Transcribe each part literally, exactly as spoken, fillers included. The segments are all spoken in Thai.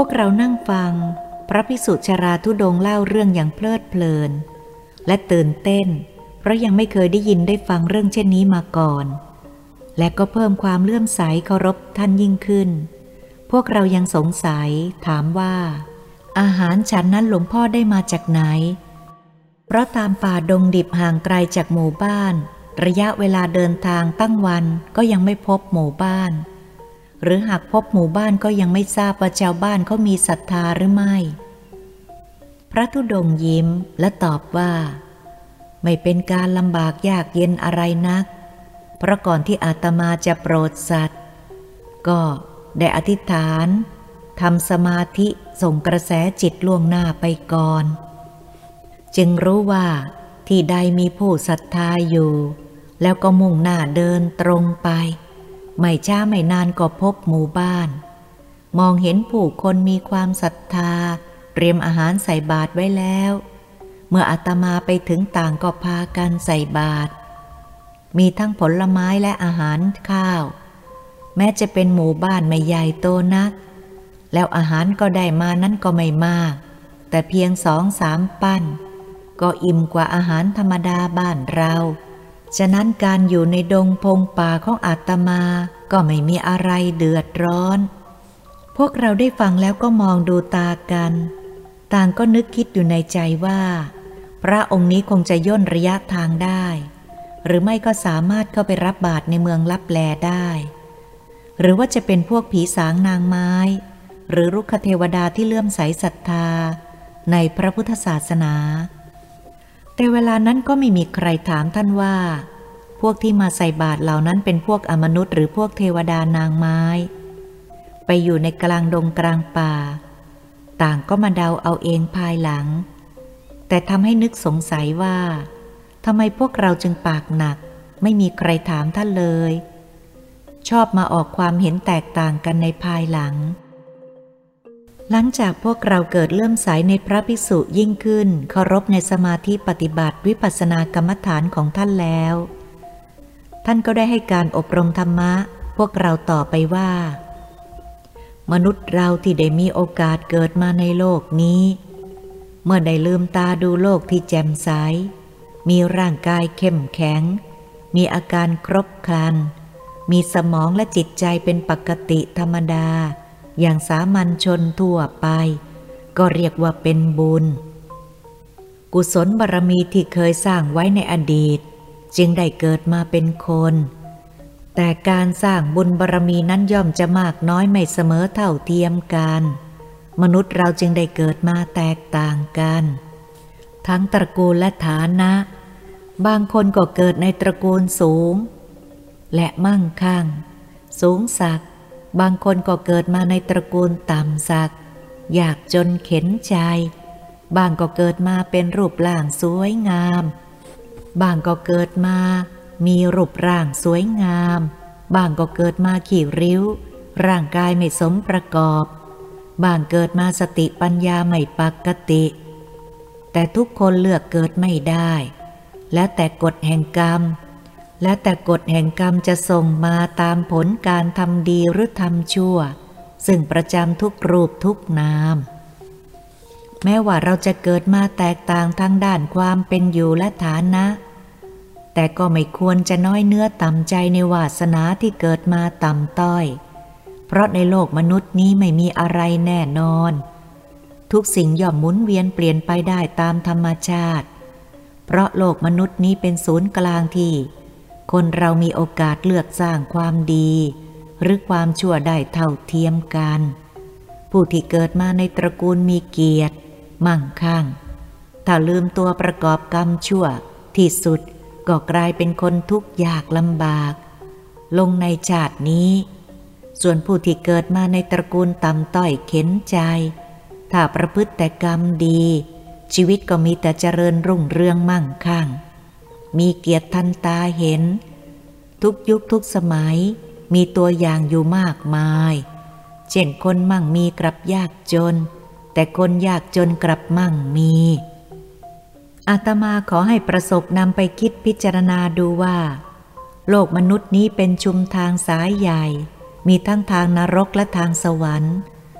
วกเรานั่งฟังพระภิกษุชราธุดงค์เล่าเรื่องอย่างเพลิดเพลินและตื่นเต้นเพราะยังไม่เคยได้ยินได้ฟังเรื่องเช่นนี้มาก่อนและก็เพิ่มความเลื่อมใสเคารพท่านยิ่งขึ้นพวกเรายังสงสัยถามว่าอาหารฉันนั้นหลวงพ่อได้มาจากไหนเพราะตามป่าดงดิบห่างไกลจากหมู่บ้านระยะเวลาเดินทางตั้งวันก็ยังไม่พบหมู่บ้านหรือหากพบหมู่บ้านก็ยังไม่ทราบว่าชาวบ้านเขามีศรัทธาหรือไม่พระธุดงค์ยิ้มและตอบว่าไม่เป็นการลำบากยากเย็นอะไรนักเพราะก่อนที่อาตมาจะโปรดสัตว์ก็ได้อธิษฐานทำสมาธิส่งกระแสจิตล่วงหน้าไปก่อนจึงรู้ว่าที่ใดมีผู้ศรัทธาอยู่แล้วก็มุ่งหน้าเดินตรงไปไม่ช้าไม่นานก็พบหมู่บ้านมองเห็นผู้คนมีความศรัทธาเตรียมอาหารใส่บาตรไว้แล้วเมื่ออาตมาไปถึงต่างก็พากันใส่บาตรมีทั้งผลไม้และอาหารข้าวแม้จะเป็นหมู่บ้านไม่ใหญ่โตนักแล้วอาหารก็ได้มานั้นก็ไม่มากแต่เพียงสองสามปั้นก็อิ่มกว่าอาหารธรรมดาบ้านเราฉะนั้นการอยู่ในดงพงป่าของอาตมาก็ไม่มีอะไรเดือดร้อนพวกเราได้ฟังแล้วก็มองดูตากันต่างก็นึกคิดอยู่ในใจว่าพระองค์นี้คงจะย่นระยะทางได้หรือไม่ก็สามารถเข้าไปรับบาตรในเมืองลับแลได้หรือว่าจะเป็นพวกผีสางนางไม้หรือรุกขเทวดาที่เลื่อมใสศรัทธาในพระพุทธศาสนาแต่เวลานั้นก็ไม่มีใครถามท่านว่าพวกที่มาใส่บาตรเหล่านั้นเป็นพวกอมนุษย์หรือพวกเทวดานางไม้ไปอยู่ในกลางดงกลางป่าต่างก็มาเดาเอาเองภายหลังแต่ทำให้นึกสงสัยว่าทำไมพวกเราจึงปากหนักไม่มีใครถามท่านเลยชอบมาออกความเห็นแตกต่างกันในภายหลังหลังจากพวกเราเกิดเลื่อมใสในพระภิกษุยิ่งขึ้นเคารพในสมาธิปฏิบัติวิปัสสนากรรมฐานของท่านแล้วท่านก็ได้ให้การอบรมธรรมะพวกเราต่อไปว่ามนุษย์เราที่ได้มีโอกาสเกิดมาในโลกนี้เมื่อได้ลืมตาดูโลกที่แจ่มใสมีร่างกายเข้มแข็งมีอาการครบครันมีสมองและจิตใจเป็นปกติธรรมดาอย่างสามัญชนทั่วไปก็เรียกว่าเป็นบุญกุศลบารมีที่เคยสร้างไว้ในอดีตจึงได้เกิดมาเป็นคนแต่การสร้างบุญบารมีนั้นย่อมจะมากน้อยไม่เสมอเท่าเทียมกันมนุษย์เราจึงได้เกิดมาแตกต่างกันทั้งตระกูลและฐานะบางคนก็เกิดในตระกูลสูงและมั่งคั่งสูงศักดิ์บางคนก็เกิดมาในตระกูลต่ำศักดิ์ยากจนเข็ญใจบางก็เกิดมาเป็นรูปร่างสวยงามบางก็เกิดมามีรูปร่างสวยงามบางก็เกิดมาขี้ริ้วร่างกายไม่สมประกอบบางเกิดมาสติปัญญาไม่ปกติแต่ทุกคนเลือกเกิดไม่ได้แล้วแต่กฎแห่งกรรมและแต่กฎแห่งกรรมจะส่งมาตามผลการทำดีหรือทำชั่วซึ่งประจำทุกรูปทุกนามแม้ว่าเราจะเกิดมาแตกต่างทางด้านความเป็นอยู่และฐานะแต่ก็ไม่ควรจะน้อยเนื้อต่ำใจในวาสนาที่เกิดมาต่ำต้อยเพราะในโลกมนุษย์นี้ไม่มีอะไรแน่นอนทุกสิ่งย่อมหมุนเวียนเปลี่ยนไปได้ตามธรรมชาติเพราะโลกมนุษย์นี้เป็นศูนย์กลางที่คนเรามีโอกาสเลือกสร้างความดีหรือความชั่วได้เท่าเทียมกันผู้ที่เกิดมาในตระกูลมีเกียรติมั่งคั่งถ้าลืมตัวประกอบกรรมชั่วที่สุดก็กลายเป็นคนทุกข์ยากลำบากลงในชาตินี้ส่วนผู้ที่เกิดมาในตระกูลต่ำต้อยเข็ญใจถ้าประพฤติแต่กรรมดีชีวิตก็มีแต่เจริญรุ่งเรืองมั่งคั่งมีเกียรติทันตาเห็นทุกยุคทุกสมัยมีตัวอย่างอยู่มากมายเช่นคนมั่งมีกลับยากจนแต่คนยากจนกลับมั่งมีอาตมาขอให้ประสบนำไปคิดพิจารณาดูว่าโลกมนุษย์นี้เป็นชุมทางสายใหญ่มีทั้งทางนรกและทางสวรรค์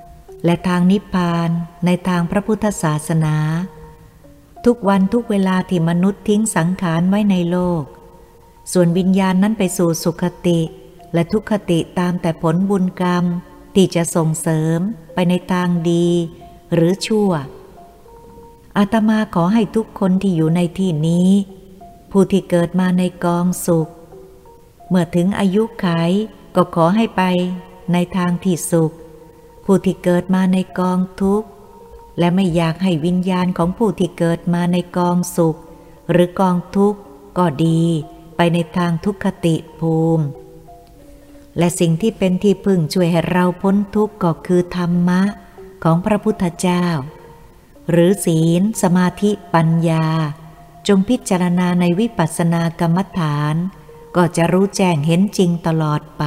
และทางนิพพานในทางพระพุทธศาสนาทุกวันทุกเวลาที่มนุษย์ทิ้งสังขารไว้ในโลกส่วนวิญญาณนั้นไปสู่สุคติและทุกขติตามแต่ผลบุญกรรมที่จะส่งเสริมไปในทางดีหรือชั่วอาตมาขอให้ทุกคนที่อยู่ในที่นี้ผู้ที่เกิดมาในกองสุขเมื่อถึงอายุขัยก็ขอให้ไปในทางที่สุขผู้ที่เกิดมาในกองทุกข์และไม่อยากให้วิญญาณของผู้ที่เกิดมาในกองสุขหรือกองทุกข์ก็ดีไปในทางทุกขติภูมิและสิ่งที่เป็นที่พึ่งช่วยให้เราพ้นทุกข์ก็คือธรรมะของพระพุทธเจ้าหรือศีลสมาธิปัญญาจงพิจารณาในวิปัสสนากรรมฐานก็จะรู้แจ้งเห็นจริงตลอดไป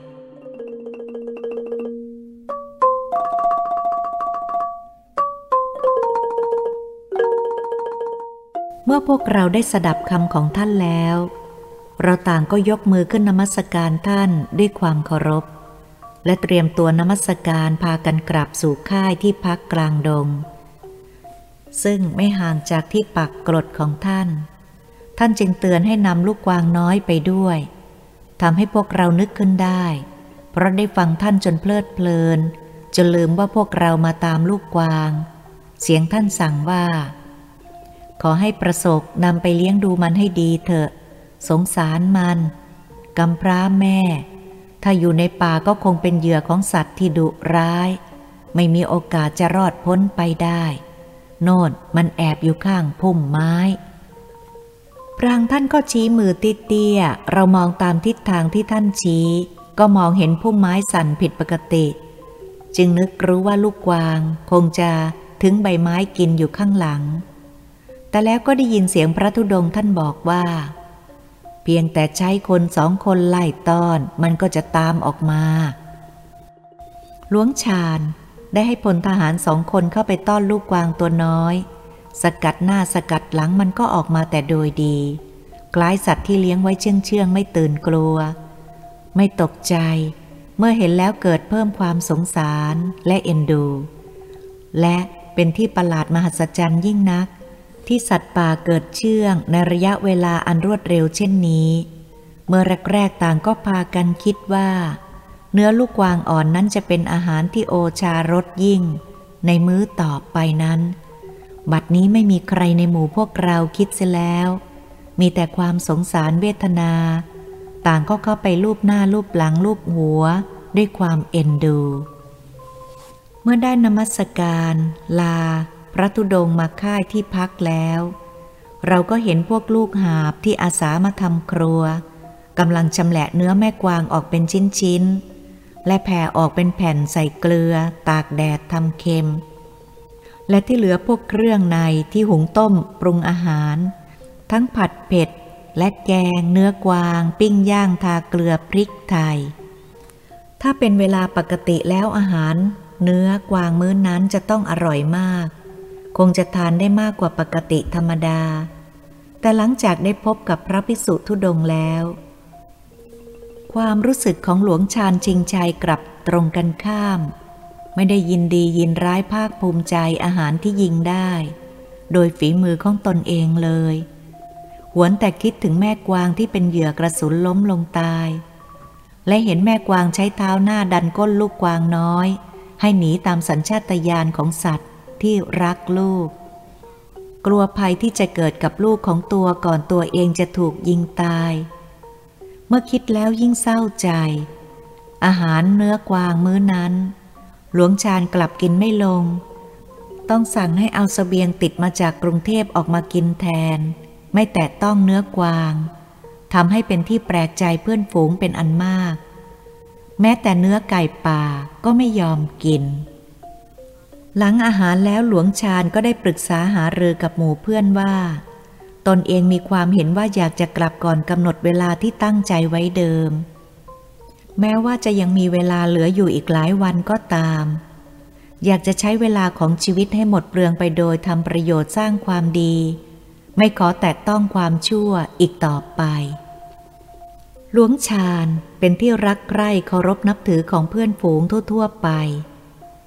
เมื่อพวกเราได้สดับคำของท่านแล้วเราต่างก็ยกมือขึ้นนมัสการท่านด้วยความเคารพและเตรียมตัวนมัสการพากันกลับสู่ค่ายที่พักกลางดงซึ่งไม่ห่างจากที่ปักกรดของท่านท่านจึงเตือนให้นำลูกกวางน้อยไปด้วยทำให้พวกเรานึกขึ้นได้เพราะได้ฟังท่านจนเพลิดเพลินจนลืมว่าพวกเรามาตามลูกกวางเสียงท่านสั่งว่าขอให้ประสบนำไปเลี้ยงดูมันให้ดีเถอะสงสารมันกำพร้าแม่ถ้าอยู่ในป่าก็คงเป็นเหยื่อของสัตว์ที่ดุร้ายไม่มีโอกาสจะรอดพ้นไปได้โน่นมันแอบอยู่ข้างพุ่มไม้พรางท่านก็ชี้มือเตี้ยๆเรามองตามทิศทางที่ท่านชี้ก็มองเห็นพุ่มไม้สั่นผิดปกติจึงนึกรู้ว่าลูกกวางคงจะถึงใบไม้กินอยู่ข้างหลังแต่แล้วก็ได้ยินเสียงพระธุดงค์ท่านบอกว่าเพียงแต่ใช้คนสองคนไล่ต้อนมันก็จะตามออกมาหลวงชาญได้ให้พลทหารสองคนเข้าไปต้อนลูกกวางตัวน้อยสกัดหน้าสกัดหลังมันก็ออกมาแต่โดยดีคล้ายสัตว์ที่เลี้ยงไว้เชื่องเชื่องไม่ตื่นกลัวไม่ตกใจเมื่อเห็นแล้วเกิดเพิ่มความสงสารและเอ็นดูและเป็นที่ประหลาดมหัศจรรย์ยิ่งนักที่สัตว์ป่าเกิดเชื่องในระยะเวลาอันรวดเร็วเช่นนี้เมื่อแรกๆต่างก็พากันคิดว่าเนื้อลูกกวางอ่อนนั้นจะเป็นอาหารที่โอชารสยิ่งในมื้อต่อไปนั้นบัดนี้ไม่มีใครในหมู่พวกเราคิดเสียแล้วมีแต่ความสงสารเวทนาต่างก็เข้าไปลูบหน้าลูบหลังลูบหัวด้วยความเอ็นดูเมื่อได้นมัสการลาพระธุดงค์มาค่ายที่พักแล้วเราก็เห็นพวกลูกหาบที่อาสามาทำครัวกำลังชำแหละเนื้อแม่กวางออกเป็นชิ้นๆและแผ่ออกเป็นแผ่นใส่เกลือตากแดดทำเค็มและที่เหลือพวกเครื่องในที่หุงต้มปรุงอาหารทั้งผัดเผ็ดและแกงเนื้อกวางปิ้งย่างทาเกลือพริกไทยถ้าเป็นเวลาปกติแล้วอาหารเนื้อกวางมื้อนั้นจะต้องอร่อยมากคงจะทานได้มากกว่าปกติธรรมดาแต่หลังจากได้พบกับพระภิกษุธุดงค์แล้วความรู้สึกของหลวงชาญชิงชัยกลับตรงกันข้ามไม่ได้ยินดียินร้ายภาคภูมิใจอาหารที่ยิงได้โดยฝีมือของตนเองเลยหวนแต่คิดถึงแม่กวางที่เป็นเหยื่อกระสุนล้มลงตายและเห็นแม่กวางใช้เท้าหน้าดันก้นลูกกวางน้อยให้หนีตามสัญชาตญาณของสัตว์ที่รักลูกกลัวภัยที่จะเกิดกับลูกของตัวก่อนตัวเองจะถูกยิงตายเมื่อคิดแล้วยิ่งเศร้าใจอาหารเนื้อกวางมื้อนั้นหลวงชาญกลับกินไม่ลงต้องสั่งให้เอาเสบียงติดมาจากกรุงเทพออกมากินแทนไม่แตะต้องเนื้อกวางทำให้เป็นที่แปลกใจเพื่อนฝูงเป็นอันมากแม้แต่เนื้อไก่ป่าก็ไม่ยอมกินหลังอาหารแล้วหลวงชาญก็ได้ปรึกษาหารือกับหมู่เพื่อนว่าตนเองมีความเห็นว่าอยากจะกลับก่อนกำหนดเวลาที่ตั้งใจไว้เดิมแม้ว่าจะยังมีเวลาเหลืออยู่อีกหลายวันก็ตามอยากจะใช้เวลาของชีวิตให้หมดเปลืองไปโดยทำประโยชน์สร้างความดีไม่ขอแตะต้องความชั่วอีกต่อไปหลวงชาญเป็นที่รักใคร่เคารพนับถือของเพื่อนฝูงทั่วๆไป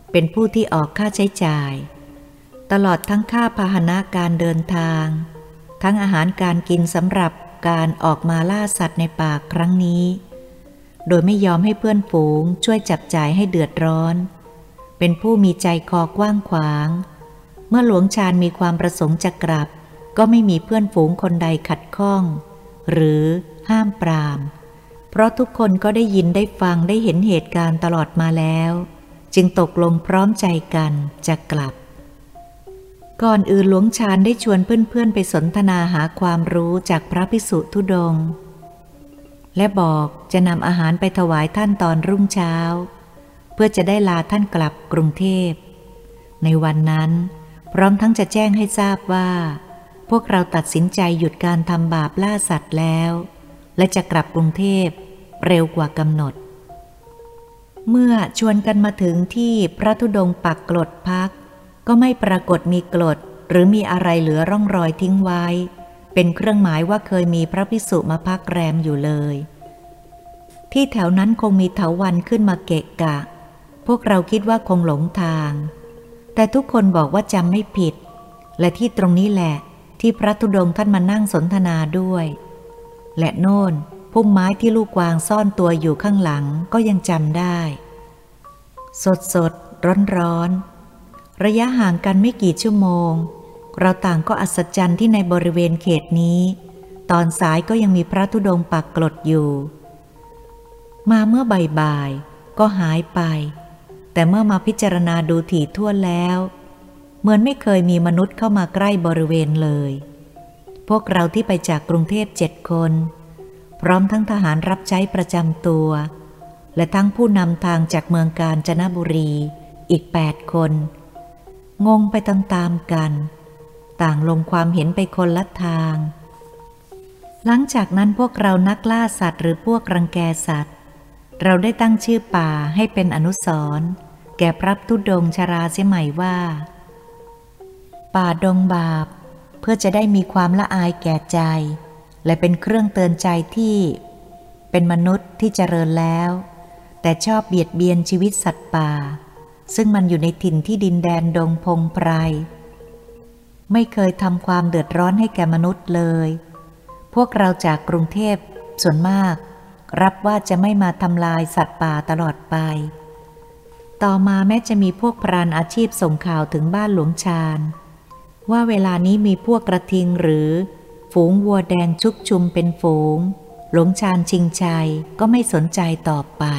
เป็นผู้ที่ออกค่าใช้จ่ายตลอดทั้งค่าพาหนะการเดินทางทั้งอาหารการกินสำหรับการออกมาล่าสัตว์ในป่าครั้งนี้โดยไม่ยอมให้เพื่อนฝูงช่วยจับจ่ายให้เดือดร้อนเป็นผู้มีใจคอกว้างขวางเมื่อหลวงชาญมีความประสงค์จะกลับก็ไม่มีเพื่อนฝูงคนใดขัดข้องหรือห้ามปรามเพราะทุกคนก็ได้ยินได้ฟังได้เห็นเหตุการณ์ตลอดมาแล้วจึงตกลงพร้อมใจกันจะกลับก่อนอื่นหลวงชาญได้ชวนเพื่อนๆไปสนทนาหาความรู้จากพระภิกษุธุดงค์และบอกจะนำอาหารไปถวายท่านตอนรุ่งเช้าเพื่อจะได้ลาท่านกลับกรุงเทพในวันนั้นพร้อมทั้งจะแจ้งให้ทราบว่าพวกเราตัดสินใจหยุดการทำบาปล่าสัตว์แล้วและจะกลับกรุงเทพเร็วกว่ากำหนดเมื่อชวนกันมาถึงที่พระธุดงค์ปักกลดพักก็ไม่ปรากฏมีกลดหรือมีอะไรเหลือร่องรอยทิ้งไว้เป็นเครื่องหมายว่าเคยมีพระภิกษุมาพักแรมอยู่เลยที่แถวนั้นคงมีเถาวัลย์ขึ้นมาเกะกะพวกเราคิดว่าคงหลงทางแต่ทุกคนบอกว่าจำไม่ผิดและที่ตรงนี้แหละที่พระธุดงค์ท่านมานั่งสนทนาด้วยและโน่นพุ่มไม้ที่ลูกกวางซ่อนตัวอยู่ข้างหลังก็ยังจำได้สดสดร้อนร้อนระยะห่างกันไม่กี่ชั่วโมงเราต่างก็อัศจรรย์ที่ในบริเวณเขตนี้ตอนสายก็ยังมีพระธุดงค์ปักกลดอยู่มาเมื่อบ่ายๆก็หายไปแต่เมื่อมาพิจารณาดูถี่ถ้วนแล้วเหมือนไม่เคยมีมนุษย์เข้ามาใกล้บริเวณเลยพวกเราที่ไปจากกรุงเทพเจ็ดคนพร้อมทั้งทหารรับใช้ประจำตัวและทั้งผู้นำทางจากเมืองกาญจนบุรีอีกแปดคนงงไปตามๆกันต่างลงความเห็นไปคนละทางหลังจากนั้นพวกเรานักล่าสัตว์หรือพวกรังแกสัตว์เราได้ตั้งชื่อป่าให้เป็นอนุสรณ์แก่พระธุดงค์ชราเสียใหม่ว่าป่าดงบาปเพื่อจะได้มีความละอายแก่ใจและเป็นเครื่องเตือนใจที่เป็นมนุษย์ที่เจริญแล้วแต่ชอบเบียดเบียนชีวิตสัตว์ป่าซึ่งมันอยู่ในถิ่นที่ดินแดนดงพงไพรไม่เคยทำความเดือดร้อนให้แก่มนุษย์เลยพวกเราจากกรุงเทพส่วนมากรับว่าจะไม่มาทำลายสัตว์ป่าตลอดไปต่อมาแม้จะมีพวกพรานอาชีพส่งข่าวถึงบ้านหลวงชาญว่าเวลานี้มีพวกกระทิงหรือฝูงวัวแดงชุกชุมเป็นฝูงหลวงชาญชิงชัยก็ไม่สนใจต่อไป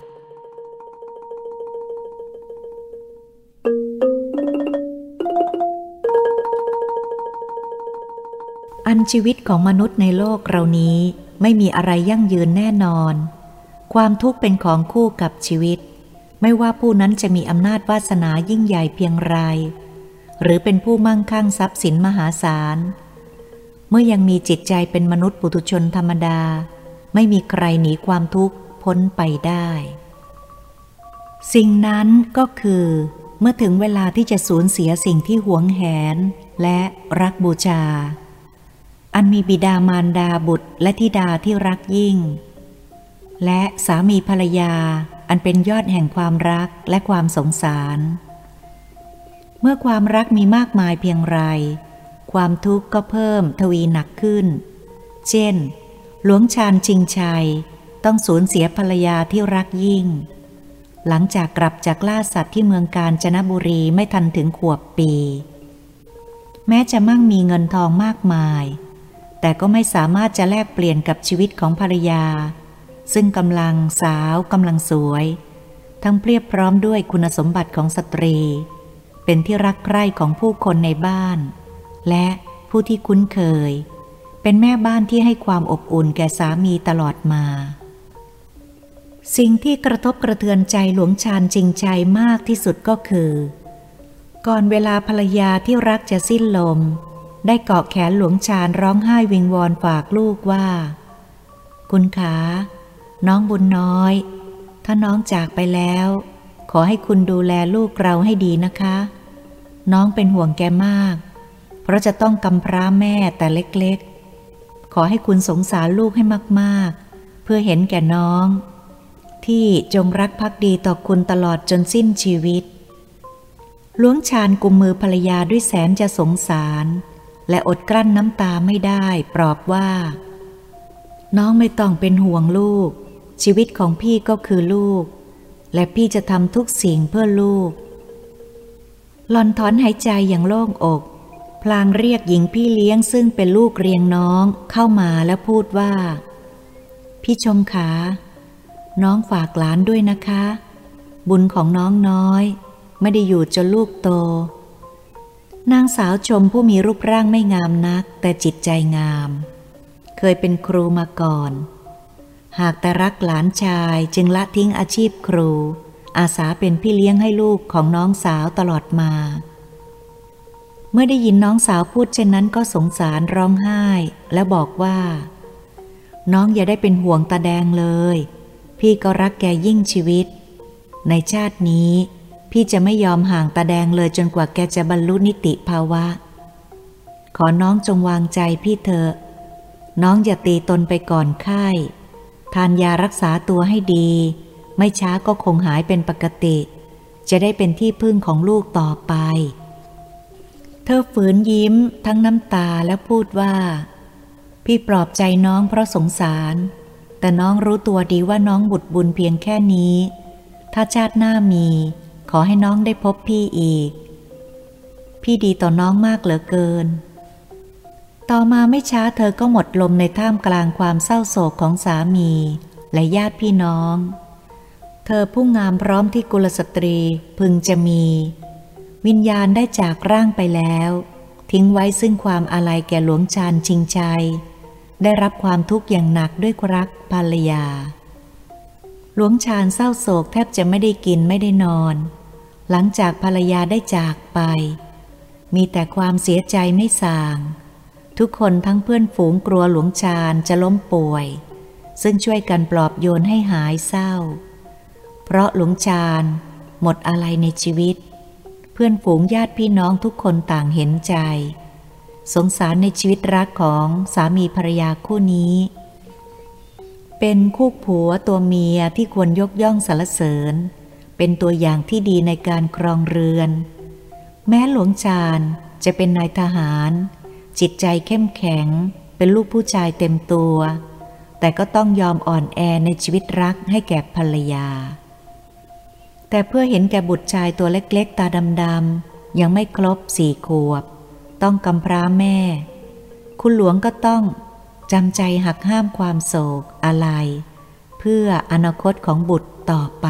อันชีวิตของมนุษย์ในโลกเรานี้ไม่มีอะไรยั่งยืนแน่นอนความทุกข์เป็นของคู่กับชีวิตไม่ว่าผู้นั้นจะมีอำนาจวาสนายิ่งใหญ่เพียงไรหรือเป็นผู้มั่งคั่งทรัพย์สินมหาศาลเมื่อยังมีจิตใจเป็นมนุษย์ปุถุชนธรรมดาไม่มีใครหนีความทุกข์พ้นไปได้สิ่งนั้นก็คือเมื่อถึงเวลาที่จะสูญเสียสิ่งที่หวงแหนและรักบูชาอันมีบิดามารดาบุตรและธิดาที่รักยิ่งและสามีภรรยาอันเป็นยอดแห่งความรักและความสงสารเมื่อความรักมีมากมายเพียงไรความทุกข์ก็เพิ่มทวีหนักขึ้นเช่นหลวงชาญชิงชัยต้องสูญเสียภรรยาที่รักยิ่งหลังจากกลับจากล่าสัตว์ที่เมืองกาญจนบุรีไม่ทันถึงขวบปีแม้จะมั่งมีเงินทองมากมายแต่ก็ไม่สามารถจะแลกเปลี่ยนกับชีวิตของภรรยาซึ่งกำลังสาวกำลังสวยทั้งเพียบพร้อมด้วยคุณสมบัติของสตรีเป็นที่รักใคร่ของผู้คนในบ้านและผู้ที่คุ้นเคยเป็นแม่บ้านที่ให้ความอบอุ่นแก่สามีตลอดมาสิ่งที่กระทบกระเทือนใจหลวงชาญจริงใจมากที่สุดก็คือก่อนเวลาภรรยาที่รักจะสิ้นลมได้เกาะแขนหลวงชาญร้องไห้วิงวอนฝากลูกว่าคุณขาน้องบุญน้อยถ้าน้องจากไปแล้วขอให้คุณดูแลลูกเราให้ดีนะคะน้องเป็นห่วงแกมากเพราะจะต้องกำพร้าแม่แต่เล็กๆขอให้คุณสงสารลูกให้มากๆเพื่อเห็นแก่น้องที่จงรักภักดีต่อคุณตลอดจนสิ้นชีวิตหลวงชาญกุมมือภรรยาด้วยแสนจะสงสารและอดกลั้นน้ำตาไม่ได้ปลอบว่าน้องไม่ต้องเป็นห่วงลูกชีวิตของพี่ก็คือลูกและพี่จะทำทุกสิ่งเพื่อลูกหล่อนถอนหายใจอย่างโล่งอกพลางเรียกหญิงพี่เลี้ยงซึ่งเป็นลูกเรียงน้องเข้ามาแล้วพูดว่าพี่ชมขาน้องฝากหลานด้วยนะคะบุญของน้องน้อยไม่ได้อยู่จนลูกโตนางสาวชมผู้มีรูปร่างไม่งามนักแต่จิตใจงามเคยเป็นครูมาก่อนหากแต่รักหลานชายจึงละทิ้งอาชีพครูอาสาเป็นพี่เลี้ยงให้ลูกของน้องสาวตลอดมาเมื่อได้ยินน้องสาวพูดเช่นนั้นก็สงสารร้องไห้และบอกว่าน้องอย่าได้เป็นห่วงตาแดงเลยพี่ก็รักแกยิ่งชีวิตในชาตินี้พี่จะไม่ยอมห่างตาแดงเลยจนกว่าแกจะบรรลุนิติภาวะขอน้องจงวางใจพี่เถอะน้องอย่าตีตนไปก่อนไข้ทานยารักษาตัวให้ดีไม่ช้าก็คงหายเป็นปกติจะได้เป็นที่พึ่งของลูกต่อไปเธอฝืนยิ้มทั้งน้ำตาและพูดว่าพี่ปลอบใจน้องเพราะสงสารแต่น้องรู้ตัวดีว่าน้องบุญบุญเพียงแค่นี้ถ้าชาติหน้ามีขอให้น้องได้พบพี่อีกพี่ดีต่อน้องมากเหลือเกินต่อมาไม่ช้าเธอก็หมดลมในท่ามกลางความเศร้าโศกของสามีและญาติพี่น้องเธอผู้งามพร้อมที่กุลสตรีพึงจะมีวิญญาณได้จากร่างไปแล้วทิ้งไว้ซึ่งความอาลัยแก่หลวงชาญชิงชัยได้รับความทุกข์อย่างหนักด้วยรักภรรยาหลวงชาญเศร้าโศกแทบจะไม่ได้กินไม่ได้นอนหลังจากภรรยาได้จากไปมีแต่ความเสียใจไม่ส่างทุกคนทั้งเพื่อนฝูงกลัวหลวงชาญจะล้มป่วยซึ่งช่วยกันปลอบโยนให้หายเศร้าเพราะหลวงชาญหมดอะไรในชีวิตเพื่อนฝูงญาติพี่น้องทุกคนต่างเห็นใจสงสารในชีวิตรักของสามีภรรยาคู่นี้เป็นคู่ผัวตัวเมียที่ควรยกย่องสรรเสริญเป็นตัวอย่างที่ดีในการครองเรือนแม้หลวงชาญจะเป็นนายทหารจิตใจเข้มแข็งเป็นลูกผู้ชายเต็มตัวแต่ก็ต้องยอมอ่อนแอในชีวิตรักให้แก่ภรรยาแต่เพื่อเห็นแก่บุตรชายตัวเล็กๆตาดำๆยังไม่ครบสี่ขวบต้องกำพร้าแม่คุณหลวงก็ต้องจำใจหักห้ามความโศกอาลัยเพื่ออนาคตของบุตรต่อไป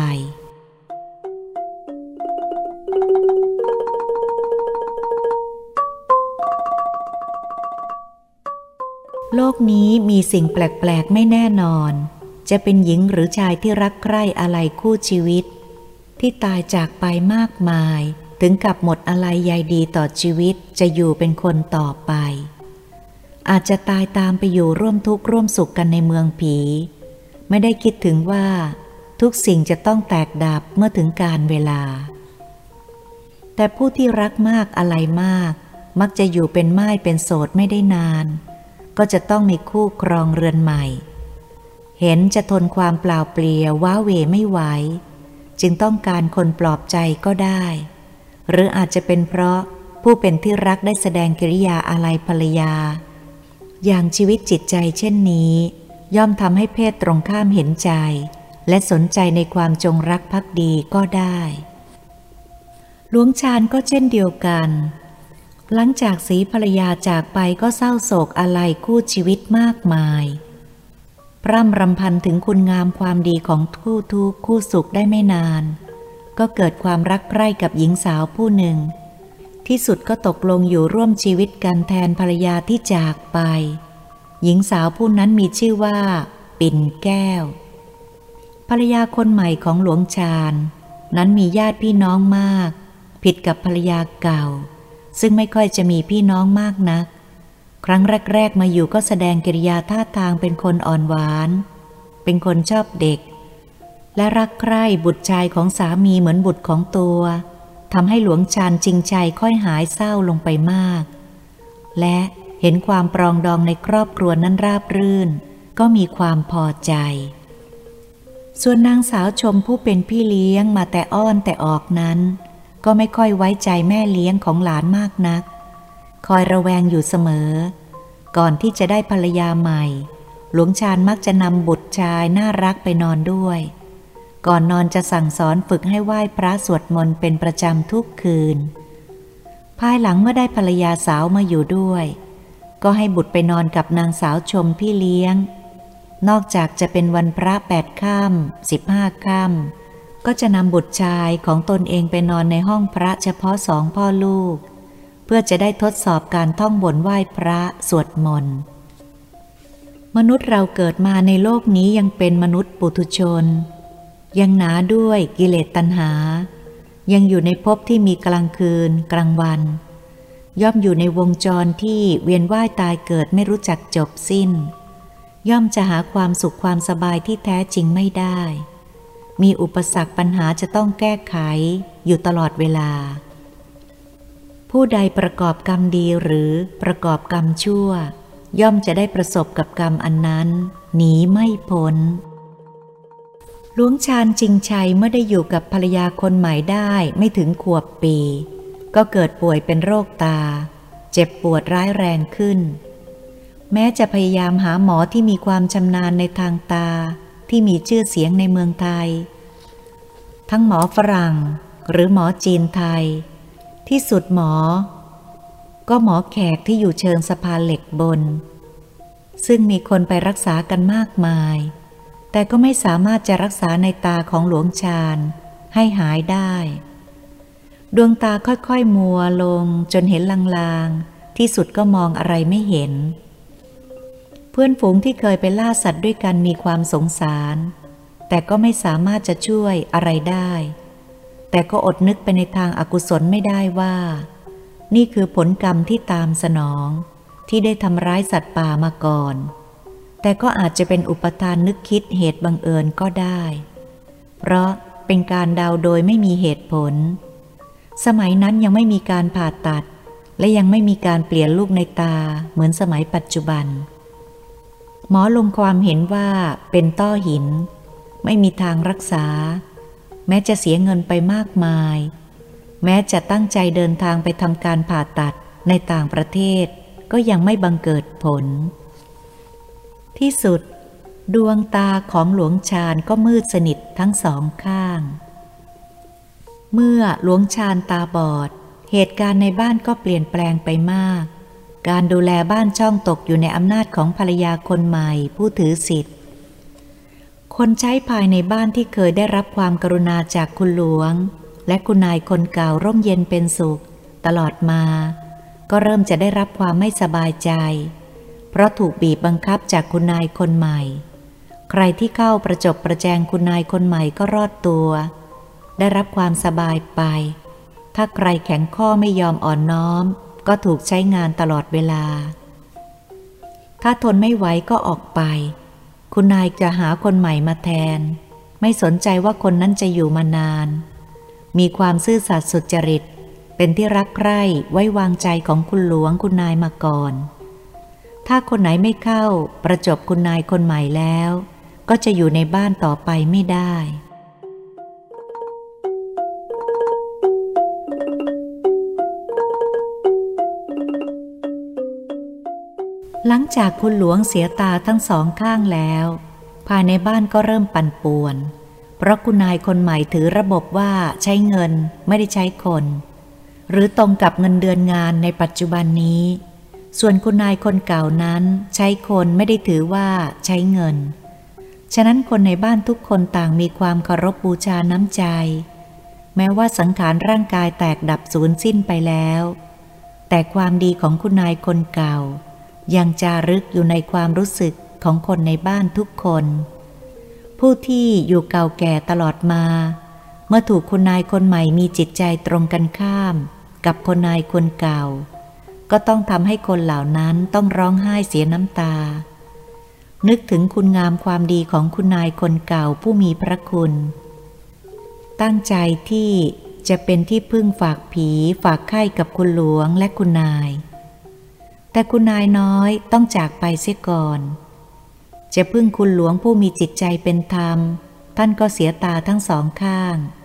โลกนี้มีสิ่งแปลกๆไม่แน่นอนจะเป็นหญิงหรือชายที่รักใคร่อาลัยคู่ชีวิตที่ตายจากไปมากมายถึงกับหมดอาลัยใยดีต่อชีวิตจะอยู่เป็นคนต่อไปอาจจะตายตามไปอยู่ร่วมทุกข์ร่วมสุขกันในเมืองผีไม่ได้คิดถึงว่าทุกสิ่งจะต้องแตกดับเมื่อถึงกาลเวลาแต่ผู้ที่รักมากอาลัยมากมักจะอยู่เป็นม่ายเป็นโสดไม่ได้นานก็จะต้องมีคู่ครองเรือนใหม่เห็นจะทนความเปล่าเปลี่ยวว้าเหวไม่ไหวจึงต้องการคนปลอบใจก็ได้หรืออาจจะเป็นเพราะผู้เป็นที่รักได้แสดงกิริยาอาลัยภรรยาอย่างชีวิตจิตใจเช่นนี้ย่อมทำให้เพศตรงข้ามเห็นใจและสนใจในความจงรักภักดีก็ได้หลวงชาญก็เช่นเดียวกันหลังจากศรีภรรยาจากไปก็เศร้าโศกอาลัยคู่ชีวิตมากมายพร่ำรำพันถึงคุณงามความดีของคู่ทุกข์คู่สุขได้ไม่นานก็เกิดความรักใคร่กับหญิงสาวผู้หนึ่งที่สุดก็ตกลงอยู่ร่วมชีวิตกันแทนภรรยาที่จากไปหญิงสาวผู้นั้นมีชื่อว่าปิ่นแก้วภรรยาคนใหม่ของหลวงชาญนั้นมีญาติพี่น้องมากผิดกับภรรยาเก่าซึ่งไม่ค่อยจะมีพี่น้องมากนักครั้งแรกๆมาอยู่ก็แสดงกิริยาท่าทางเป็นคนอ่อนหวานเป็นคนชอบเด็กและรักใคร่บุตรชายของสามีเหมือนบุตรของตัวทำให้หลวงชาญชิงชัยค่อยหายเศร้าลงไปมากและเห็นความปรองดองในครอบครัวนั้นราบรื่นก็มีความพอใจส่วนนางสาวชมผู้เป็นพี่เลี้ยงมาแต่อ้อนแต่ออกนั้นก็ไม่ค่อยไว้ใจแม่เลี้ยงของหลานมากนักคอยระแวงอยู่เสมอก่อนที่จะได้ภรรยาใหม่หลวงชาญมักจะนำบุตรชายน่ารักไปนอนด้วยก่อนนอนจะสั่งสอนฝึกให้ไหว้พระสวดมนต์เป็นประจำทุกคืนภายหลังเมื่อได้ภรรยาสาวมาอยู่ด้วยก็ให้บุตรไปนอนกับนางสาวชมพี่เลี้ยงนอกจากจะเป็นวันพระแปดค่ำสิบห้าค่ำก็จะนำบุตรชายของตนเองไปนอนในห้องพระเฉพาะสองพ่อลูกเพื่อจะได้ทดสอบการท่องบนไหว้พระสวดมนต์มนุษย์เราเกิดมาในโลกนี้ยังเป็นมนุษย์ปุถุชนยังหนาด้วยกิเลสตัณหายังอยู่ในภพที่มีกลางคืนกลางวันย่อมอยู่ในวงจรที่เวียนว่ายตายเกิดไม่รู้จักจบสิ้นย่อมจะหาความสุขความสบายที่แท้จริงไม่ได้มีอุปสรรคปัญหาจะต้องแก้ไขอยู่ตลอดเวลาผู้ใดประกอบกรรมดีหรือประกอบกรรมชั่วย่อมจะได้ประสบกับกรรมอันนั้นหนีไม่พ้นหลวงชาญชิงชัยเมื่อได้อยู่กับภรรยาคนใหม่ได้ไม่ถึงขวบปีก็เกิดป่วยเป็นโรคตาเจ็บปวดร้ายแรงขึ้นแม้จะพยายามหาหมอที่มีความชำนาญในทางตาที่มีชื่อเสียงในเมืองไทยทั้งหมอฝรั่งหรือหมอจีนไทยที่สุดหมอก็หมอแขกที่อยู่เชิงสะพานเหล็กบนซึ่งมีคนไปรักษากันมากมายแต่ก็ไม่สามารถจะรักษาในตาของหลวงชาญให้หายได้ดวงตาค่อยๆมัวลงจนเห็นลางๆที่สุดก็มองอะไรไม่เห็นเพื่อนฝูงที่เคยไปล่าสัตว์ด้วยกันมีความสงสารแต่ก็ไม่สามารถจะช่วยอะไรได้แต่ก็อดนึกไปในทางอกุศลไม่ได้ว่านี่คือผลกรรมที่ตามสนองที่ได้ทำร้ายสัตว์ป่ามาก่อนแต่ก็อาจจะเป็นอุปทานนึกคิดเหตุบังเอิญก็ได้เพราะเป็นการเดาโดยไม่มีเหตุผลสมัยนั้นยังไม่มีการผ่าตัดและยังไม่มีการเปลี่ยนลูกในตาเหมือนสมัยปัจจุบันหมอลงความเห็นว่าเป็นต้อหินไม่มีทางรักษาแม้จะเสียเงินไปมากมายแม้จะตั้งใจเดินทางไปทำการผ่าตัดในต่างประเทศก็ยังไม่บังเกิดผลที่สุดดวงตาของหลวงชาญก็มืดสนิททั้งสองข้างเมื่อหลวงชาญตาบอดเหตุการณ์ในบ้านก็เปลี่ยนแปลงไปมากการดูแลบ้านช่องตกอยู่ในอำนาจของภรรยาคนใหม่ผู้ถือสิทธิ์คนใช้ภายในบ้านที่เคยได้รับความกรุณาจากคุณหลวงและคุณนายคนเก่าร่มเย็นเป็นสุขตลอดมาก็เริ่มจะได้รับความไม่สบายใจเพราะถูกบีบบังคับจากคุณนายคนใหม่ใครที่เข้าประจบประแจงคุณนายคนใหม่ก็รอดตัวได้รับความสบายไปถ้าใครแข็งข้อไม่ยอมอ่อนน้อมก็ถูกใช้งานตลอดเวลาถ้าทนไม่ไหวก็ออกไปคุณนายจะหาคนใหม่มาแทนไม่สนใจว่าคนนั้นจะอยู่มานานมีความซื่อสัตย์สุจริตเป็นที่รักใคร่ไว้วางใจของคุณหลวงคุณนายมาก่อนถ้าคนไหนไม่เข้าประจบคุณนายคนใหม่แล้วก็จะอยู่ในบ้านต่อไปไม่ได้หลังจากคุณหลวงเสียตาทั้งสองข้างแล้วภายในบ้านก็เริ่มปั่นป่วนเพราะคุณนายคนใหม่ถือระบบว่าใช้เงินไม่ได้ใช้คนหรือตรงกับเงินเดือนงานในปัจจุบันนี้ส่วนคุณนายคนเก่านั้นใช้คนไม่ได้ถือว่าใช้เงินฉะนั้นคนในบ้านทุกคนต่างมีความเคารพบูชาน้ำใจแม้ว่าสังขารร่างกายแตกดับสูญสิ้นไปแล้วแต่ความดีของคุณนายคนเก่ายังจารึกอยู่ในความรู้สึกของคนในบ้านทุกคนผู้ที่อยู่เก่าแก่ตลอดมาเมื่อถูกคุณนายคนใหม่มีจิตใจตรงกันข้ามกับคนนายคนเก่าก็ต้องทำให้คนเหล่านั้นต้องร้องไห้เสียน้ำตานึกถึงคุณงามความดีของคุณนายคนเก่าผู้มีพระคุณตั้งใจที่จะเป็นที่พึ่งฝากผีฝากไข้กับคุณหลวงและคุณนายแต่คุณนายน้อยต้องจากไปเสียก่อนจะพึ่งคุณหลวงผู้มีจิตใจเป็นธรรมท่านก็เสียตาทั้งสองข้าง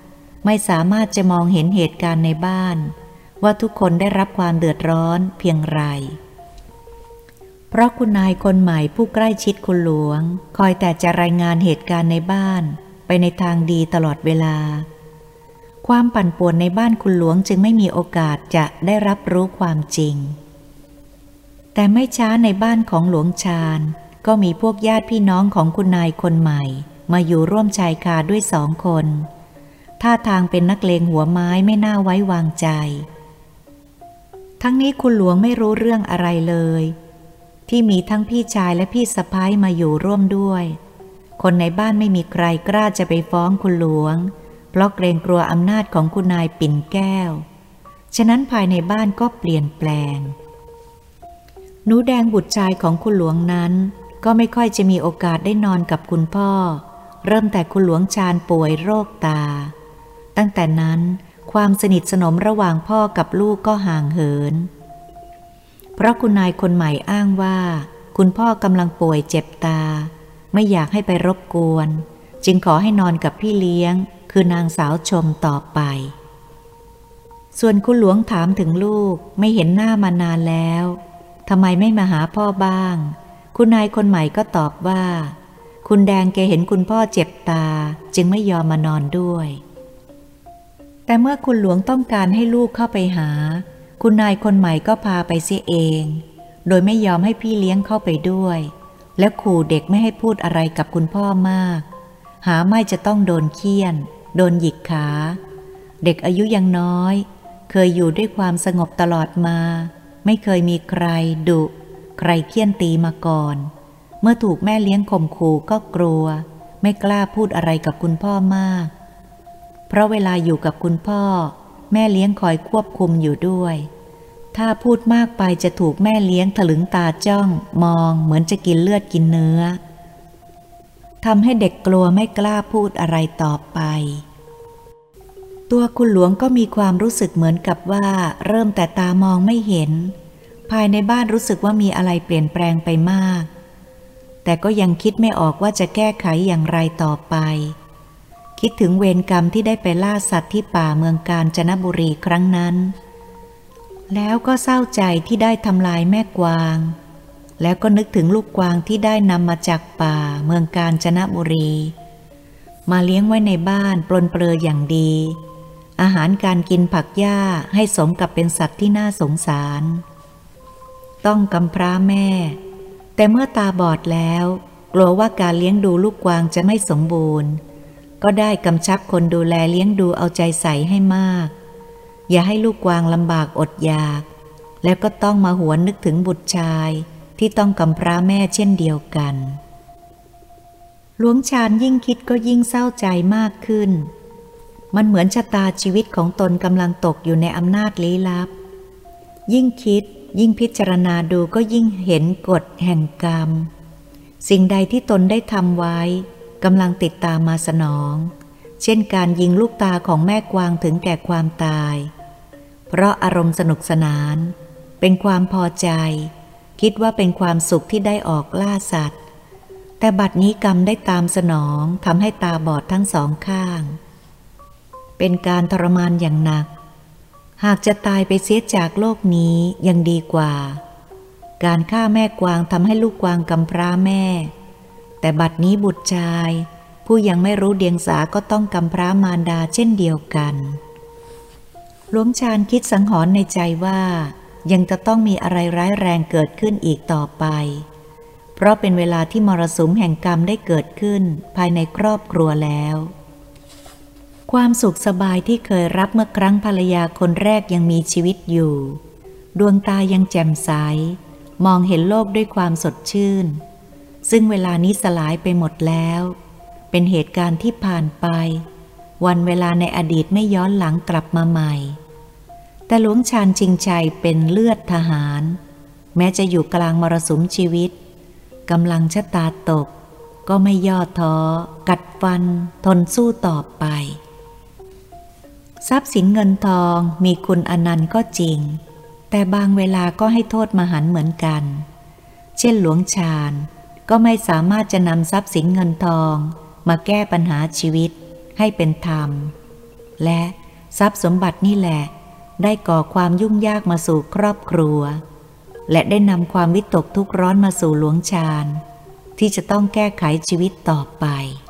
ไม่สามารถจะมองเห็นเหตุการณ์ในบ้านว่าทุกคนได้รับความเดือดร้อนเพียงไรเพราะคุณนายคนใหม่ผู้ใกล้ชิดคุณหลวงคอยแต่จะรายงานเหตุการณ์ในบ้านไปในทางดีตลอดเวลาความปั่นป่วนในบ้านคุณหลวงจึงไม่มีโอกาสจะได้รับรู้ความจริงแต่ไม่ช้าในบ้านของหลวงชาญก็มีพวกญาติพี่น้องของคุณนายคนใหม่มาอยู่ร่วมชายคาด้วยสองคนท่าทางเป็นนักเลงหัวไม้ไม่น่าไว้วางใจทั้งนี้คุณหลวงไม่รู้เรื่องอะไรเลยที่มีทั้งพี่ชายและพี่สะใภ้มาอยู่ร่วมด้วยคนในบ้านไม่มีใครกล้าจะไปฟ้องคุณหลวงเพราะเกรงกลัวอำนาจของคุณนายปิ่นแก้วฉะนั้นภายในบ้านก็เปลี่ยนแปลงหนูแดงบุตรชายของคุณหลวงนั้นก็ไม่ค่อยจะมีโอกาสได้นอนกับคุณพ่อเริ่มแต่คุณหลวงชาญป่วยโรคตาตั้งแต่นั้นความสนิทสนมระหว่างพ่อกับลูกก็ห่างเหินเพราะคุณนายคนใหม่อ้างว่าคุณพ่อกำลังป่วยเจ็บตาไม่อยากให้ไปรบกวนจึงขอให้นอนกับพี่เลี้ยงคือนางสาวชมต่อไปส่วนคุณหลวงถามถึงลูกไม่เห็นหน้ามานานแล้วทำไมไม่มาหาพ่อบ้างคุณนายคนใหม่ก็ตอบว่าคุณแดงแกเห็นคุณพ่อเจ็บตาจึงไม่ยอมมานอนด้วยแต่เมื่อคุณหลวงต้องการให้ลูกเข้าไปหาคุณนายคนใหม่ก็พาไปเสียเองโดยไม่ยอมให้พี่เลี้ยงเข้าไปด้วยและขู่เด็กไม่ให้พูดอะไรกับคุณพ่อมากหาไม่จะต้องโดนเคี่ยนโดนหยิกขาเด็กอายุยังน้อยเคยอยู่ด้วยความสงบตลอดมาไม่เคยมีใครดุใครเคี่ยนตีมาก่อนเมื่อถูกแม่เลี้ยงข่มขู่ก็กลัวไม่กล้าพูดอะไรกับคุณพ่อมากเพราะเวลาอยู่กับคุณพ่อแม่เลี้ยงคอยควบคุมอยู่ด้วยถ้าพูดมากไปจะถูกแม่เลี้ยงถลึงตาจ้องมองเหมือนจะกินเลือดกินเนื้อทำให้เด็กกลัวไม่กล้าพูดอะไรต่อไปตัวคุณหลวงก็มีความรู้สึกเหมือนกับว่าเริ่มแต่ตามองไม่เห็นภายในบ้านรู้สึกว่ามีอะไรเปลี่ยนแปลงไปมากแต่ก็ยังคิดไม่ออกว่าจะแก้ไขอย่างไรต่อไปคิดถึงเวรกรรมที่ได้ไปล่าสัตว์ที่ป่าเมืองกาญจนบุรีครั้งนั้นแล้วก็เศร้าใจที่ได้ทำลายแม่กวางแล้วก็นึกถึงลูกกวางที่ได้นำมาจากป่าเมืองกาญจนบุรีมาเลี้ยงไว้ในบ้านปลนเปลืออย่างดีอาหารการกินผักหญ้าให้สมกับเป็นสัตว์ที่น่าสงสารต้องกำพร้าแม่แต่เมื่อตาบอดแล้วกลัวว่าการเลี้ยงดูลูกกวางจะไม่สมบูรณ์ก็ได้กำชับคนดูแลเลี้ยงดูเอาใจใส่ให้มากอย่าให้ลูกกวางลำบากอดอยากแล้วก็ต้องมาหวนนึกถึงบุตรชายที่ต้องกำพร้าแม่เช่นเดียวกันหลวงชาญยิ่งคิดก็ยิ่งเศร้าใจมากขึ้นมันเหมือนชะตาชีวิตของตนกำลังตกอยู่ในอำนาจลี้ลับยิ่งคิดยิ่งพิจารณาดูก็ยิ่งเห็นกฎแห่งกรรมสิ่งใดที่ตนได้ทำไว้กำลังติดตามมาสนองเช่นการยิงลูกตาของแม่กวางถึงแก่ความตายเพราะอารมณ์สนุกสนานเป็นความพอใจคิดว่าเป็นความสุขที่ได้ออกล่าสัตว์แต่บัดนี้กรรมได้ตามสนองทำให้ตาบอดทั้งสองข้างเป็นการทรมานอย่างหนักหากจะตายไปเสียจากโลกนี้ยังดีกว่าการฆ่าแม่กวางทำให้ลูกกวางกำพร้าแม่แต่บัดนี้บุตรชายผู้ยังไม่รู้เดียงสาก็ต้องกำพร้ามารดาเช่นเดียวกันหลวงชาญคิดสังหรณ์ในใจว่ายังจะต้องมีอะไรร้ายแรงเกิดขึ้นอีกต่อไปเพราะเป็นเวลาที่มรสุมแห่งกรรมได้เกิดขึ้นภายในครอบครัวแล้วความสุขสบายที่เคยรับเมื่อครั้งภรรยาคนแรกยังมีชีวิตอยู่ดวงตายังแจ่มใสมองเห็นโลกด้วยความสดชื่นซึ่งเวลานี้สลายไปหมดแล้วเป็นเหตุการณ์ที่ผ่านไปวันเวลาในอดีตไม่ย้อนหลังกลับมาใหม่แต่หลวงชาญชิงชัยเป็นเลือดทหารแม้จะอยู่กลางมรสุมชีวิตกำลังชะตาตกก็ไม่ย่อท้อกัดฟันทนสู้ต่อไปทรัพย์สินเงินทองมีคุณอนันต์ก็จริงแต่บางเวลาก็ให้โทษมหันต์เหมือนกันเช่นหลวงชาญก็ไม่สามารถจะนำทรัพย์สินเงินทองมาแก้ปัญหาชีวิตให้เป็นธรรมและทรัพย์สมบัตินี่แหละได้ก่อความยุ่งยากมาสู่ครอบครัวและได้นำความวิตกทุกข์ร้อนมาสู่หลวงชาญที่จะต้องแก้ไขชีวิตต่อไป